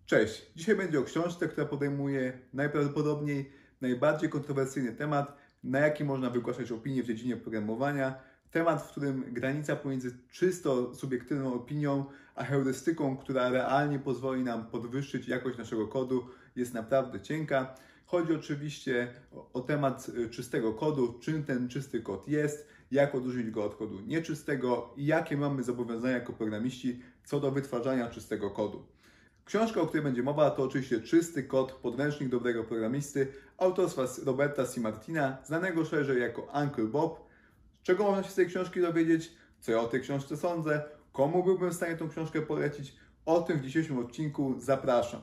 Cześć! Dzisiaj będzie o książce, która podejmuje najprawdopodobniej najbardziej kontrowersyjny temat, na jaki można wygłaszać opinie w dziedzinie programowania. Temat, w którym granica pomiędzy czysto subiektywną opinią, a heurystyką, która realnie pozwoli nam podwyższyć jakość naszego kodu, jest naprawdę cienka. Chodzi oczywiście o temat czystego kodu, czym ten czysty kod jest, jak odróżnić go od kodu nieczystego i jakie mamy zobowiązania jako programiści co do wytwarzania czystego kodu. Książka, o której będzie mowa, to oczywiście Czysty kod, podręcznik dobrego programisty autorstwa Roberta C. Martina, znanego szerzej jako Uncle Bob. Czego można się z tej książki dowiedzieć? Co ja o tej książce sądzę? Komu byłbym w stanie tą książkę polecić? O tym w dzisiejszym odcinku zapraszam.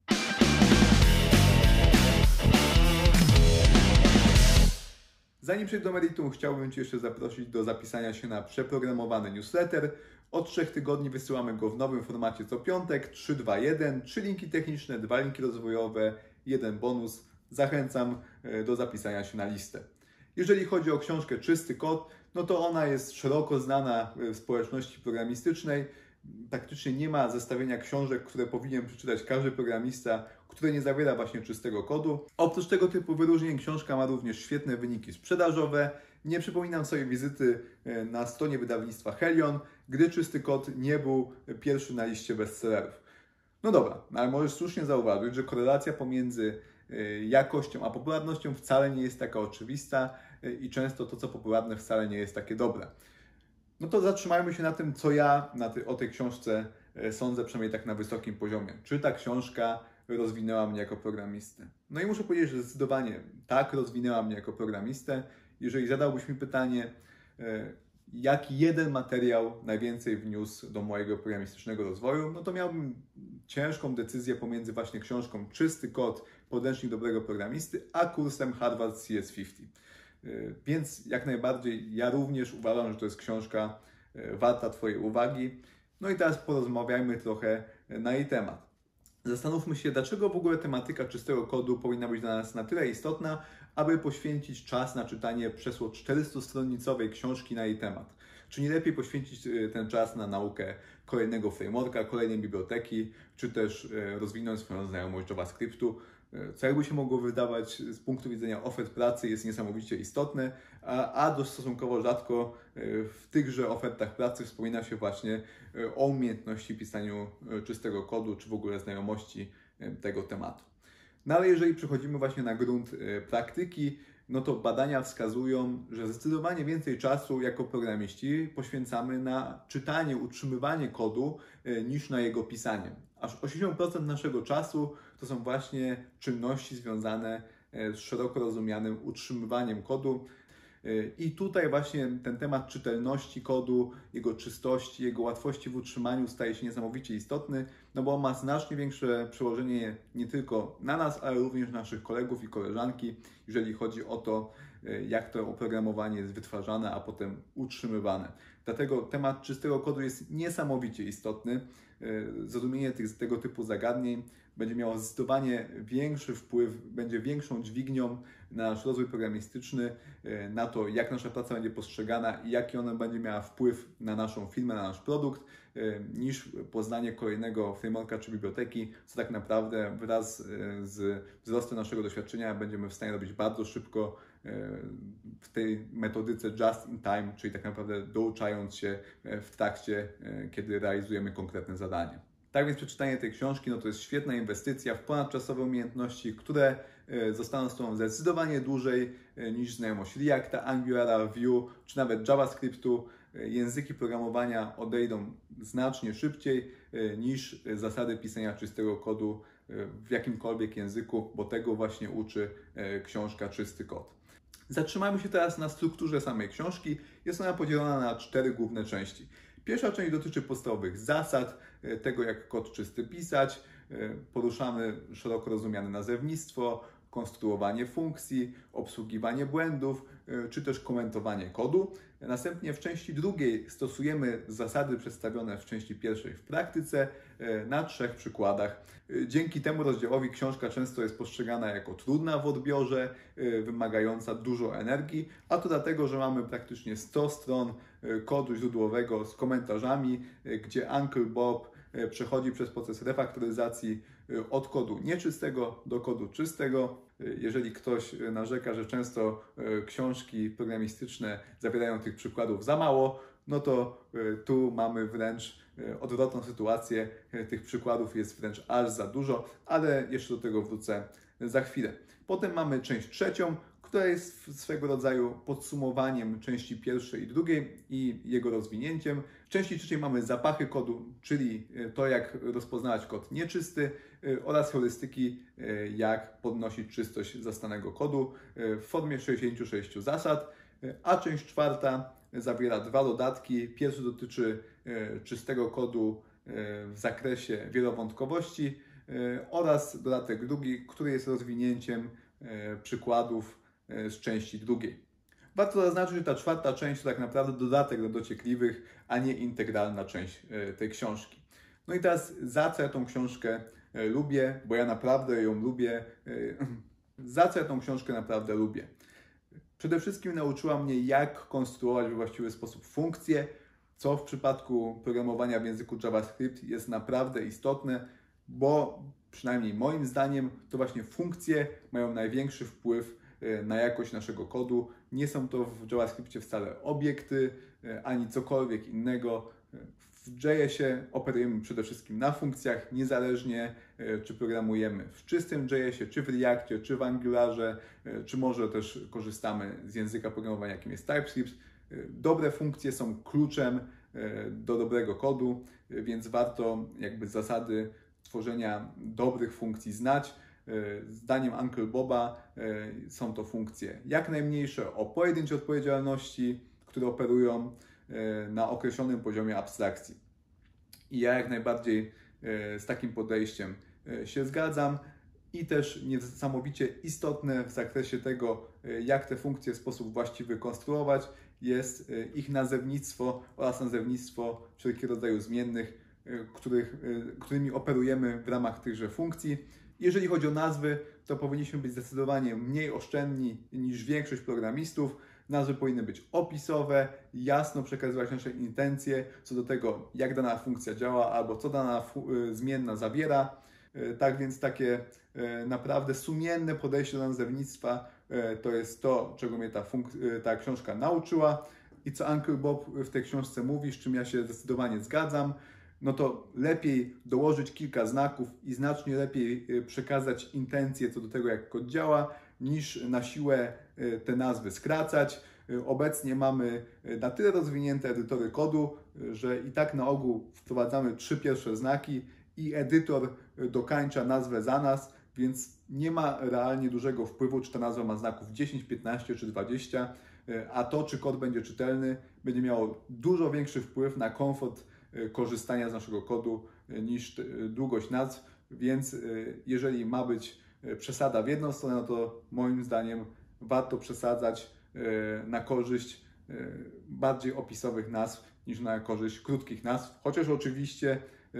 Zanim przejdę do meritum, chciałbym Cię jeszcze zaprosić do zapisania się na przeprogramowany newsletter. Od 3 tygodni wysyłamy go w nowym formacie co piątek, 3, 2, 1, 3 linki techniczne, 2 linki rozwojowe, 1 bonus. Zachęcam do zapisania się na listę. Jeżeli chodzi o książkę Czysty kod, no to ona jest szeroko znana w społeczności programistycznej. Praktycznie nie ma zestawienia książek, które powinien przeczytać każdy programista, które nie zawiera właśnie czystego kodu. Oprócz tego typu wyróżnień książka ma również świetne wyniki sprzedażowe. Nie przypominam sobie wizyty na stronie wydawnictwa Helion, gdy czysty kod nie był pierwszy na liście bestsellerów. No dobra, ale możesz słusznie zauważyć, że korelacja pomiędzy jakością a popularnością wcale nie jest taka oczywista i często to, co popularne, wcale nie jest takie dobre. No to zatrzymajmy się na tym, co ja o tej książce sądzę, przynajmniej tak na wysokim poziomie. Czy ta książka rozwinęła mnie jako programistę? No i muszę powiedzieć, że zdecydowanie tak, rozwinęła mnie jako programistę. Jeżeli zadałbyś mi pytanie, jaki jeden materiał najwięcej wniósł do mojego programistycznego rozwoju, no to miałbym ciężką decyzję pomiędzy właśnie książką Czysty kod, podręcznik dobrego programisty, a kursem Harvard CS50. Więc jak najbardziej ja również uważam, że to jest książka warta Twojej uwagi. No i teraz porozmawiajmy trochę na jej temat. Zastanówmy się, dlaczego w ogóle tematyka czystego kodu powinna być dla nas na tyle istotna, aby poświęcić czas na czytanie przeszło 400-stronicowej książki na jej temat. Czy nie lepiej poświęcić ten czas na naukę kolejnego frameworka, kolejnej biblioteki, czy też rozwinąć swoją znajomość JavaScriptu, co jakby się mogło wydawać z punktu widzenia ofert pracy jest niesamowicie istotne, a stosunkowo rzadko w tychże ofertach pracy wspomina się właśnie o umiejętności pisania czystego kodu, czy w ogóle znajomości tego tematu. No ale jeżeli przechodzimy właśnie na grunt praktyki, no to badania wskazują, że zdecydowanie więcej czasu jako programiści poświęcamy na czytanie, utrzymywanie kodu niż na jego pisanie. Aż 80% naszego czasu to są właśnie czynności związane z szeroko rozumianym utrzymywaniem kodu. I tutaj właśnie ten temat czytelności kodu, jego czystości, jego łatwości w utrzymaniu staje się niesamowicie istotny, no bo on ma znacznie większe przełożenie nie tylko na nas, ale również naszych kolegów i koleżanki, jeżeli chodzi o to, jak to oprogramowanie jest wytwarzane, a potem utrzymywane. Dlatego temat czystego kodu jest niesamowicie istotny. Zrozumienie tego typu zagadnień będzie miało zdecydowanie większy wpływ, będzie większą dźwignią na nasz rozwój programistyczny, na to, jak nasza praca będzie postrzegana i jaki ona będzie miała wpływ na naszą firmę, na nasz produkt, niż poznanie kolejnego frameworka czy biblioteki, co tak naprawdę wraz z wzrostem naszego doświadczenia będziemy w stanie robić bardzo szybko w tej metodyce just in time, czyli tak naprawdę douczając się w trakcie, kiedy realizujemy konkretne zadanie. Tak więc przeczytanie tej książki no to jest świetna inwestycja w ponadczasowe umiejętności, które zostaną z Tobą zdecydowanie dłużej niż znajomość Reacta, Angulara, Vue czy nawet JavaScriptu. Języki programowania odejdą znacznie szybciej niż zasady pisania czystego kodu w jakimkolwiek języku, bo tego właśnie uczy książka Czysty kod. Zatrzymajmy się teraz na strukturze samej książki. Jest ona podzielona na 4 główne części. Pierwsza część dotyczy podstawowych zasad, tego jak kod czysty pisać. Poruszamy szeroko rozumiane nazewnictwo, konstruowanie funkcji, obsługiwanie błędów, czy też komentowanie kodu. Następnie w części drugiej stosujemy zasady przedstawione w części pierwszej w praktyce na 3 przykładach. Dzięki temu rozdziałowi książka często jest postrzegana jako trudna w odbiorze, wymagająca dużo energii, a to dlatego, że mamy praktycznie 100 stron kodu źródłowego z komentarzami, gdzie Uncle Bob przechodzi przez proces refaktoryzacji od kodu nieczystego do kodu czystego. Jeżeli ktoś narzeka, że często książki programistyczne zawierają tych przykładów za mało, no to tu mamy wręcz odwrotną sytuację. Tych przykładów jest wręcz aż za dużo, ale jeszcze do tego wrócę za chwilę. Potem mamy część trzecią, która jest swego rodzaju podsumowaniem części pierwszej i drugiej i jego rozwinięciem. W części trzeciej mamy zapachy kodu, czyli to, jak rozpoznawać kod nieczysty oraz heurystyki, jak podnosić czystość zastanego kodu w formie 66 zasad. A część czwarta zawiera 2 dodatki. Pierwszy dotyczy czystego kodu w zakresie wielowątkowości oraz dodatek drugi, który jest rozwinięciem przykładów z części drugiej. Warto zaznaczyć, że ta czwarta część to tak naprawdę dodatek do dociekliwych, a nie integralna część tej książki. No i teraz za co ja tą książkę lubię, bo ja naprawdę ją lubię. Za co ja tą książkę naprawdę lubię? Przede wszystkim nauczyła mnie, jak konstruować we właściwy sposób funkcje, co w przypadku programowania w języku JavaScript jest naprawdę istotne, bo przynajmniej moim zdaniem to właśnie funkcje mają największy wpływ na jakość naszego kodu. Nie są to w JavaScriptie wcale obiekty, ani cokolwiek innego. W JS-ie operujemy przede wszystkim na funkcjach, niezależnie czy programujemy w czystym JS-ie, czy w Reactie, czy w Angularze, czy może też korzystamy z języka programowania, jakim jest TypeScript. Dobre funkcje są kluczem do dobrego kodu, więc warto jakby zasady tworzenia dobrych funkcji znać. Zdaniem Uncle Boba są to funkcje jak najmniejsze o pojedynczej odpowiedzialności, które operują na określonym poziomie abstrakcji. I ja jak najbardziej z takim podejściem się zgadzam i też niesamowicie istotne w zakresie tego, jak te funkcje w sposób właściwy konstruować, jest ich nazewnictwo oraz nazewnictwo wszelkiego rodzaju zmiennych, którymi operujemy w ramach tychże funkcji. Jeżeli chodzi o nazwy, to powinniśmy być zdecydowanie mniej oszczędni niż większość programistów. Nazwy powinny być opisowe, jasno przekazywać nasze intencje co do tego, jak dana funkcja działa albo co dana zmienna zawiera. Tak więc takie naprawdę sumienne podejście do nazewnictwa to jest to, czego mnie ta książka nauczyła i co Uncle Bob w tej książce mówi, z czym ja się zdecydowanie zgadzam. No to lepiej dołożyć kilka znaków i znacznie lepiej przekazać intencje co do tego, jak kod działa, niż na siłę te nazwy skracać. Obecnie mamy na tyle rozwinięte edytory kodu, że i tak na ogół wprowadzamy 3 pierwsze znaki i edytor dokańcza nazwę za nas, więc nie ma realnie dużego wpływu, czy ta nazwa ma znaków 10, 15 czy 20, a to, czy kod będzie czytelny, będzie miało dużo większy wpływ na komfort korzystania z naszego kodu niż długość nazw, więc jeżeli ma być przesada w jedną stronę, no to moim zdaniem warto przesadzać na korzyść bardziej opisowych nazw niż na korzyść krótkich nazw, chociaż oczywiście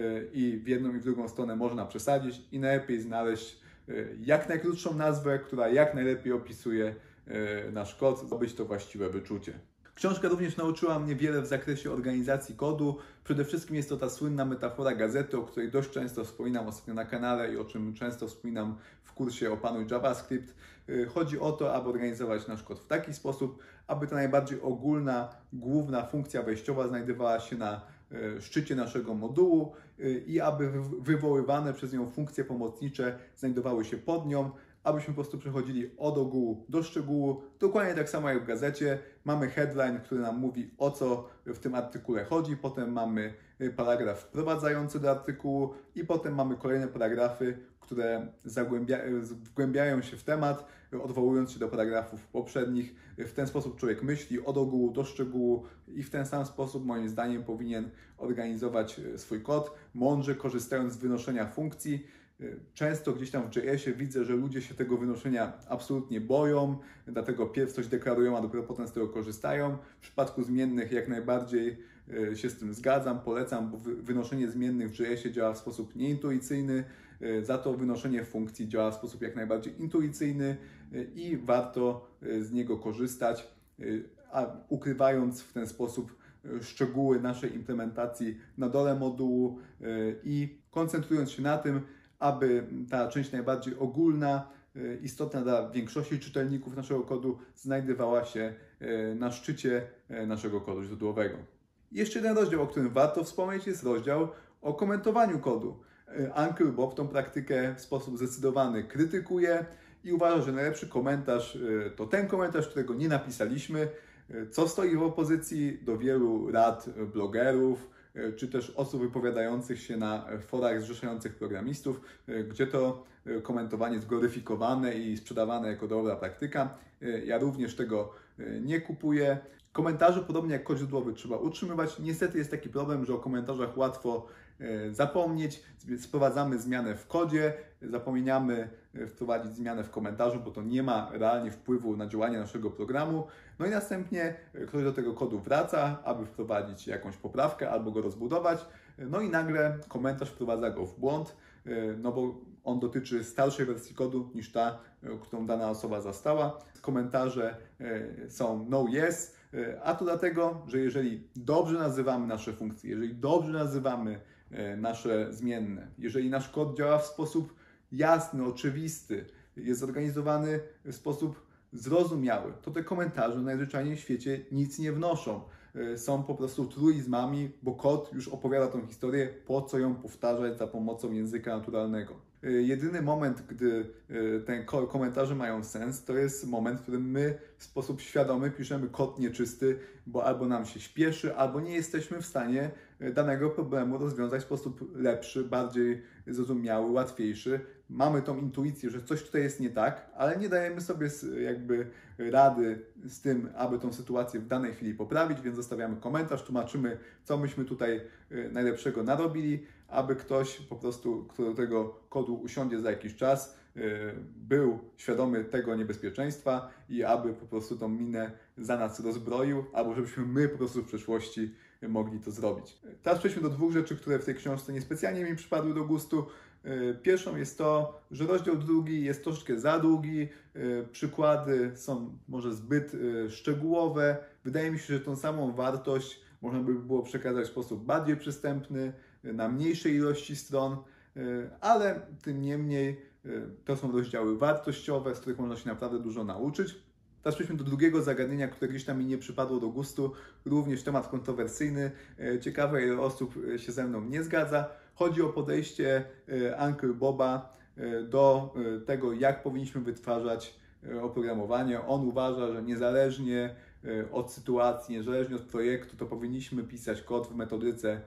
i w jedną i w drugą stronę można przesadzić i najlepiej znaleźć jak najkrótszą nazwę, która jak najlepiej opisuje nasz kod, zdobyć to właściwe wyczucie. Książka również nauczyła mnie wiele w zakresie organizacji kodu. Przede wszystkim jest to ta słynna metafora gazety, o której dość często wspominam ostatnio na kanale i o czym często wspominam w kursie Opanuj JavaScript. Chodzi o to, aby organizować nasz kod w taki sposób, aby ta najbardziej ogólna, główna funkcja wejściowa znajdowała się na szczycie naszego modułu i aby wywoływane przez nią funkcje pomocnicze znajdowały się pod nią, abyśmy po prostu przechodzili od ogółu do szczegółu. Dokładnie tak samo jak w gazecie. Mamy headline, który nam mówi, o co w tym artykule chodzi. Potem mamy paragraf wprowadzający do artykułu i potem mamy kolejne paragrafy, które wgłębiają się w temat, odwołując się do paragrafów poprzednich. W ten sposób człowiek myśli od ogółu do szczegółu i w ten sam sposób moim zdaniem powinien organizować swój kod, mądrze korzystając z wynoszenia funkcji. Często gdzieś tam w JS-ie widzę, że ludzie się tego wynoszenia absolutnie boją, dlatego pierw coś deklarują, a dopiero potem z tego korzystają. W przypadku zmiennych jak najbardziej się z tym zgadzam, polecam, bo wynoszenie zmiennych w JS-ie działa w sposób nieintuicyjny, za to wynoszenie funkcji działa w sposób jak najbardziej intuicyjny i warto z niego korzystać, a ukrywając w ten sposób szczegóły naszej implementacji na dole modułu i koncentrując się na tym, aby ta część najbardziej ogólna, istotna dla większości czytelników naszego kodu, znajdowała się na szczycie naszego kodu źródłowego. Jeszcze jeden rozdział, o którym warto wspomnieć, jest rozdział o komentowaniu kodu. Uncle Bob tą praktykę w sposób zdecydowany krytykuje i uważa, że najlepszy komentarz to ten komentarz, którego nie napisaliśmy, co stoi w opozycji do wielu rad blogerów, czy też osób wypowiadających się na forach zrzeszających programistów, gdzie to komentowanie jest gloryfikowane i sprzedawane jako dobra praktyka. Ja również tego nie kupuję. Komentarze, podobnie jak kod źródłowy, trzeba utrzymywać. Niestety jest taki problem, że o komentarzach łatwo zapomnieć. Sprowadzamy zmianę w kodzie, zapominamy wprowadzić zmianę w komentarzu, bo to nie ma realnie wpływu na działanie naszego programu. No i następnie ktoś do tego kodu wraca, aby wprowadzić jakąś poprawkę albo go rozbudować. No i nagle komentarz wprowadza go w błąd, no bo on dotyczy starszej wersji kodu niż ta, którą dana osoba zastała. Komentarze są no yes, a to dlatego, że jeżeli dobrze nazywamy nasze funkcje, jeżeli dobrze nazywamy nasze zmienne, jeżeli nasz kod działa w sposób jasny, oczywisty, jest zorganizowany w sposób zrozumiały, to te komentarze najzwyczajniej w świecie nic nie wnoszą. Są po prostu truizmami, bo kod już opowiada tą historię, po co ją powtarzać za pomocą języka naturalnego. Jedyny moment, gdy te komentarze mają sens, to jest moment, w którym my w sposób świadomy piszemy kod nieczysty, bo albo nam się śpieszy, albo nie jesteśmy w stanie danego problemu rozwiązać w sposób lepszy, bardziej zrozumiały, łatwiejszy. Mamy tą intuicję, że coś tutaj jest nie tak, ale nie dajemy sobie jakby rady z tym, aby tą sytuację w danej chwili poprawić, więc zostawiamy komentarz, tłumaczymy, co myśmy tutaj najlepszego narobili, aby ktoś po prostu, kto do tego kodu usiądzie za jakiś czas, był świadomy tego niebezpieczeństwa i aby po prostu tą minę za nas rozbroił, albo żebyśmy my po prostu w przyszłości mogli to zrobić. Teraz przejdźmy do dwóch rzeczy, które w tej książce niespecjalnie mi przypadły do gustu. Pierwszą jest to, że rozdział drugi jest troszeczkę za długi, przykłady są może zbyt szczegółowe. Wydaje mi się, że tą samą wartość można by było przekazać w sposób bardziej przystępny, na mniejszej ilości stron, ale tym niemniej to są rozdziały wartościowe, z których można się naprawdę dużo nauczyć. Teraz przejdźmy do drugiego zagadnienia, które gdzieś tam mi nie przypadło do gustu, również temat kontrowersyjny. Ciekawe, ile osób się ze mną nie zgadza. Chodzi o podejście Uncle Boba do tego, jak powinniśmy wytwarzać oprogramowanie. On uważa, że niezależnie od sytuacji, niezależnie od projektu, to powinniśmy pisać kod w metodyce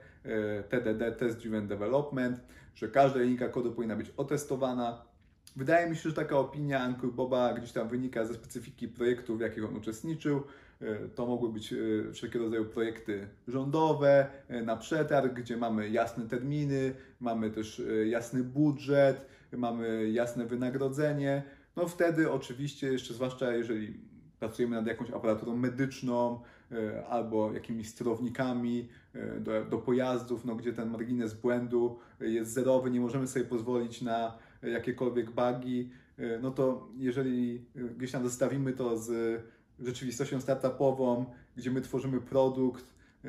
TDD, Test Driven Development, że każda linijka kodu powinna być otestowana. Wydaje mi się, że taka opinia Uncle Boba gdzieś tam wynika ze specyfiki projektów, w jakich on uczestniczył. To mogły być wszelkiego rodzaju projekty rządowe, na przetarg, gdzie mamy jasne terminy, mamy też jasny budżet, mamy jasne wynagrodzenie. No wtedy oczywiście, jeszcze zwłaszcza jeżeli pracujemy nad jakąś aparaturą medyczną albo jakimiś sterownikami do pojazdów, no, gdzie ten margines błędu jest zerowy, nie możemy sobie pozwolić na jakiekolwiek bugi, no to jeżeli gdzieś tam zestawimy to z rzeczywistością startupową, gdzie my tworzymy produkt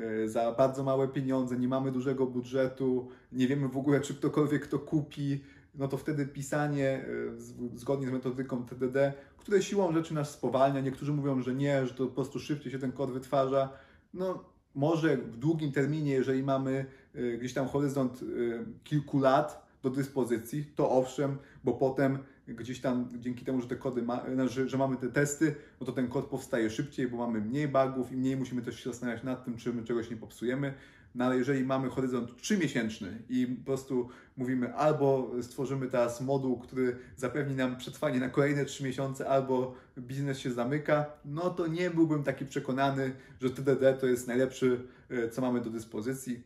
za bardzo małe pieniądze, nie mamy dużego budżetu, nie wiemy w ogóle, czy ktokolwiek to kupi, no to wtedy pisanie zgodnie z metodyką TDD, które siłą rzeczy nas spowalnia, niektórzy mówią, że nie, że to po prostu szybciej się ten kod wytwarza, no może w długim terminie, jeżeli mamy gdzieś tam horyzont kilku lat do dyspozycji, to owszem, bo potem gdzieś tam dzięki temu, że te kody że mamy te testy, no to ten kod powstaje szybciej, bo mamy mniej bugów i mniej musimy też się zastanawiać nad tym, czy my czegoś nie popsujemy. No ale jeżeli mamy horyzont 3-miesięczny i po prostu mówimy albo stworzymy teraz moduł, który zapewni nam przetrwanie na kolejne 3 miesiące, albo biznes się zamyka, no to nie byłbym taki przekonany, że TDD to jest najlepszy, co mamy do dyspozycji.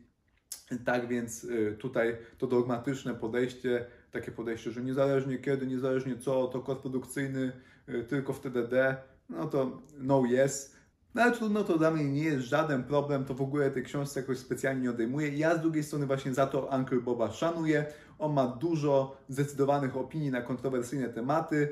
Tak więc tutaj to dogmatyczne podejście, takie podejście, że niezależnie kiedy, niezależnie co, to kod produkcyjny tylko w TDD, no to no yes. No ale trudno, to dla mnie nie jest żaden problem, to w ogóle tej książce jakoś specjalnie nie odejmuje. Ja z drugiej strony właśnie za to Uncle Boba szanuję. On ma dużo zdecydowanych opinii na kontrowersyjne tematy,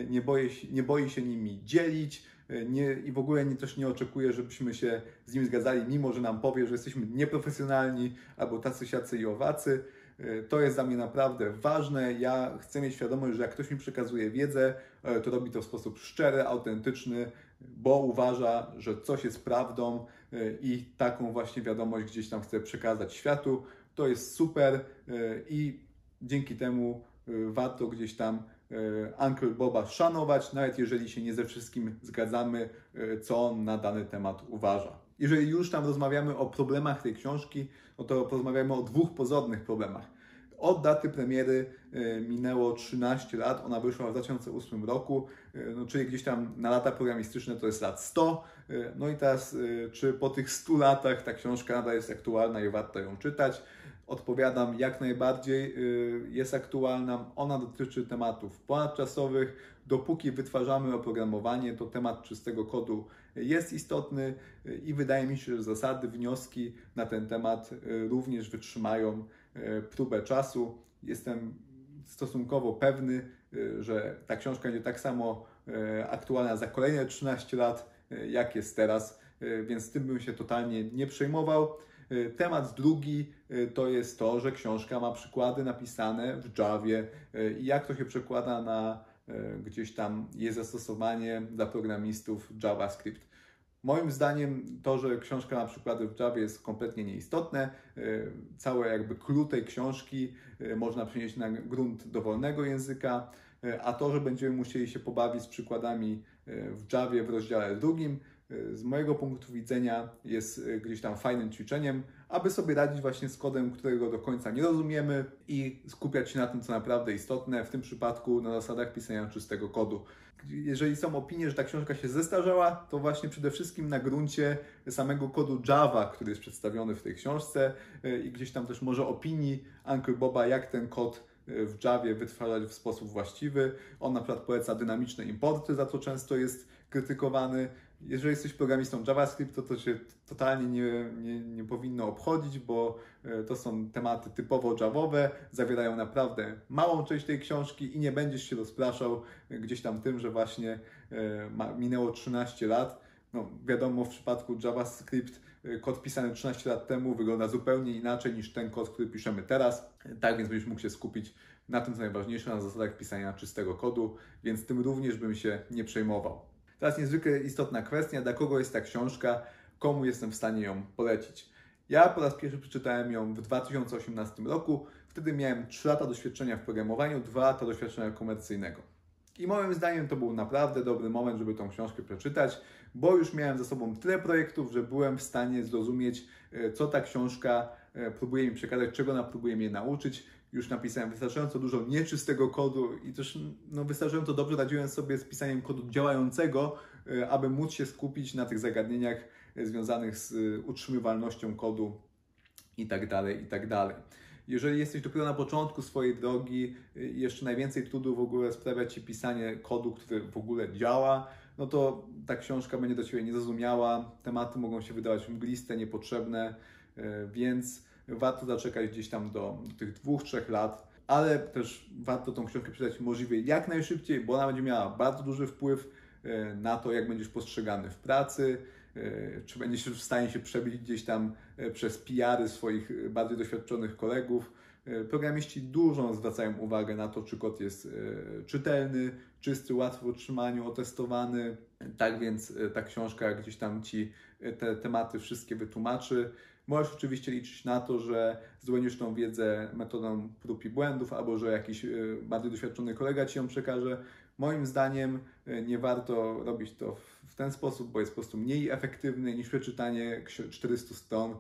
nie boi się nimi dzielić i w ogóle też nie oczekuje, żebyśmy się z nim zgadzali, mimo że nam powie, że jesteśmy nieprofesjonalni albo tacy, siacy i owacy. To jest dla mnie naprawdę ważne. Ja chcę mieć świadomość, że jak ktoś mi przekazuje wiedzę, to robi to w sposób szczery, autentyczny, bo uważa, że coś jest prawdą i taką właśnie wiadomość gdzieś tam chce przekazać światu. To jest super i dzięki temu warto gdzieś tam Uncle Boba szanować, nawet jeżeli się nie ze wszystkim zgadzamy, co on na dany temat uważa. Jeżeli już tam rozmawiamy o problemach tej książki, no to porozmawiamy o dwóch pozornych problemach. Od daty premiery minęło 13 lat, ona wyszła w 2008 roku, no, czyli gdzieś tam na lata programistyczne to jest lat 100. No i teraz, czy po tych 100 latach ta książka nadal jest aktualna i warto ją czytać? Odpowiadam, jak najbardziej jest aktualna. Ona dotyczy tematów ponadczasowych. Dopóki wytwarzamy oprogramowanie, to temat czystego kodu jest istotny i wydaje mi się, że zasady, wnioski na ten temat również wytrzymają próbę czasu. Jestem stosunkowo pewny, że ta książka będzie tak samo aktualna za kolejne 13 lat, jak jest teraz, więc tym bym się totalnie nie przejmował. Temat drugi to jest to, że książka ma przykłady napisane w Javie i jak to się przekłada na gdzieś tam jej zastosowanie dla programistów JavaScript. Moim zdaniem to, że książka ma przykłady w Javie jest kompletnie nieistotne. Całe jakby clue tej książki można przenieść na grunt dowolnego języka, a to, że będziemy musieli się pobawić z przykładami w Javie w rozdziale drugim, z mojego punktu widzenia jest gdzieś tam fajnym ćwiczeniem, aby sobie radzić właśnie z kodem, którego do końca nie rozumiemy i skupiać się na tym, co naprawdę istotne, w tym przypadku na zasadach pisania czystego kodu. Jeżeli są opinie, że ta książka się zestarzała, to właśnie przede wszystkim na gruncie samego kodu Java, który jest przedstawiony w tej książce i gdzieś tam też może opinii Uncle Boba, jak ten kod w Javie wytwarzać w sposób właściwy. On na przykład poleca dynamiczne importy, za co często jest krytykowany. Jeżeli jesteś programistą JavaScript, to się totalnie nie powinno obchodzić, bo to są tematy typowo javowe, zawierają naprawdę małą część tej książki i nie będziesz się rozpraszał gdzieś tam tym, że właśnie minęło 13 lat. No, wiadomo, w przypadku JavaScript kod pisany 13 lat temu wygląda zupełnie inaczej niż ten kod, który piszemy teraz. Tak więc będziesz mógł się skupić na tym, co najważniejsze, na zasadach pisania czystego kodu, więc tym również bym się nie przejmował. Teraz niezwykle istotna kwestia, dla kogo jest ta książka, komu jestem w stanie ją polecić. Ja po raz pierwszy przeczytałem ją w 2018 roku, wtedy miałem 3 lata doświadczenia w programowaniu, 2 lata doświadczenia komercyjnego. I moim zdaniem to był naprawdę dobry moment, żeby tą książkę przeczytać, bo już miałem za sobą tyle projektów, że byłem w stanie zrozumieć, co ta książka próbuje mi przekazać, czego ona próbuje mnie nauczyć. Już napisałem wystarczająco dużo nieczystego kodu i też wystarczająco dobrze radziłem sobie z pisaniem kodu działającego, aby móc się skupić na tych zagadnieniach związanych z utrzymywalnością kodu itd., itd. Jeżeli jesteś dopiero na początku swojej drogi, jeszcze najwięcej trudu w ogóle sprawia Ci pisanie kodu, który w ogóle działa, no to ta książka będzie do Ciebie niezrozumiała, tematy mogą się wydawać mgliste, niepotrzebne, więc warto zaczekać gdzieś tam do tych 2-3 lat, ale też warto tą książkę przeczytać możliwie jak najszybciej, bo ona będzie miała bardzo duży wpływ na to, jak będziesz postrzegany w pracy, czy będziesz w stanie się przebić gdzieś tam przez PR-y swoich bardziej doświadczonych kolegów. Programiści dużo zwracają uwagę na to, czy kod jest czytelny, czysty, łatwy w utrzymaniu, otestowany. Tak więc ta książka gdzieś tam Ci te tematy wszystkie wytłumaczy. Możesz oczywiście liczyć na to, że zdobędziesz tą wiedzę metodą prób i błędów, albo że jakiś bardziej doświadczony kolega Ci ją przekaże. Moim zdaniem nie warto robić to w ten sposób, bo jest po prostu mniej efektywny niż przeczytanie 400 stron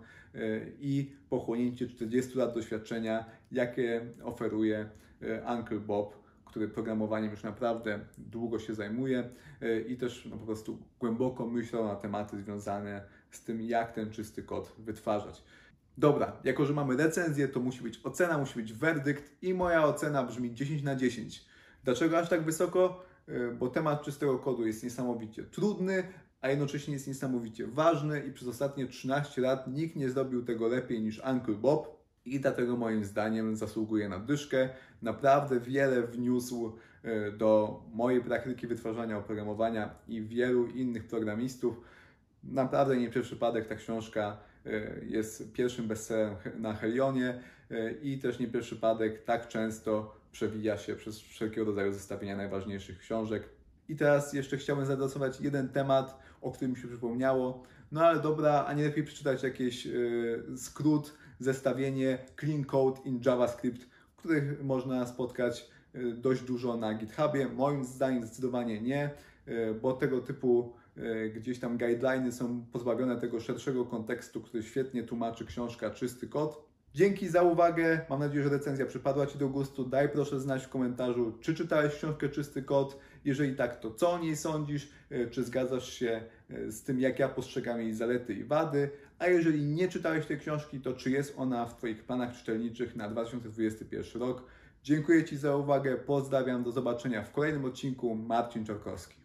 i pochłonięcie 40 lat doświadczenia, jakie oferuje Uncle Bob, który programowaniem już naprawdę długo się zajmuje i też po prostu głęboko myślał na tematy związane z tym, jak ten czysty kod wytwarzać. Dobra, jako że mamy recenzję, to musi być ocena, musi być werdykt i moja ocena brzmi 10/10. Dlaczego aż tak wysoko? Bo temat czystego kodu jest niesamowicie trudny, a jednocześnie jest niesamowicie ważny i przez ostatnie 13 lat nikt nie zrobił tego lepiej niż Uncle Bob. i dlatego moim zdaniem zasługuje na dyszkę. Naprawdę wiele wniósł do mojej praktyki wytwarzania oprogramowania i wielu innych programistów. Naprawdę nie przez przypadek ta książka jest pierwszym bestsellerem na Helionie i też nie przez przypadek tak często przewija się przez wszelkiego rodzaju zestawienia najważniejszych książek. I teraz jeszcze chciałbym zaadresować jeden temat, o którym mi się przypomniało. No ale dobra, a nie lepiej przeczytać jakiś skrót, zestawienie Clean Code in JavaScript, których można spotkać dość dużo na GitHubie. Moim zdaniem zdecydowanie nie, bo tego typu gdzieś tam guideliny są pozbawione tego szerszego kontekstu, który świetnie tłumaczy książka Czysty Kod. Dzięki za uwagę, mam nadzieję, że recenzja przypadła Ci do gustu. Daj proszę znać w komentarzu, czy czytałeś książkę Czysty Kod, jeżeli tak, to co o niej sądzisz, czy zgadzasz się z tym, jak ja postrzegam jej zalety i wady, a jeżeli nie czytałeś tej książki, to czy jest ona w Twoich planach czytelniczych na 2021 rok. Dziękuję Ci za uwagę, pozdrawiam, do zobaczenia w kolejnym odcinku. Marcin Czorkowski.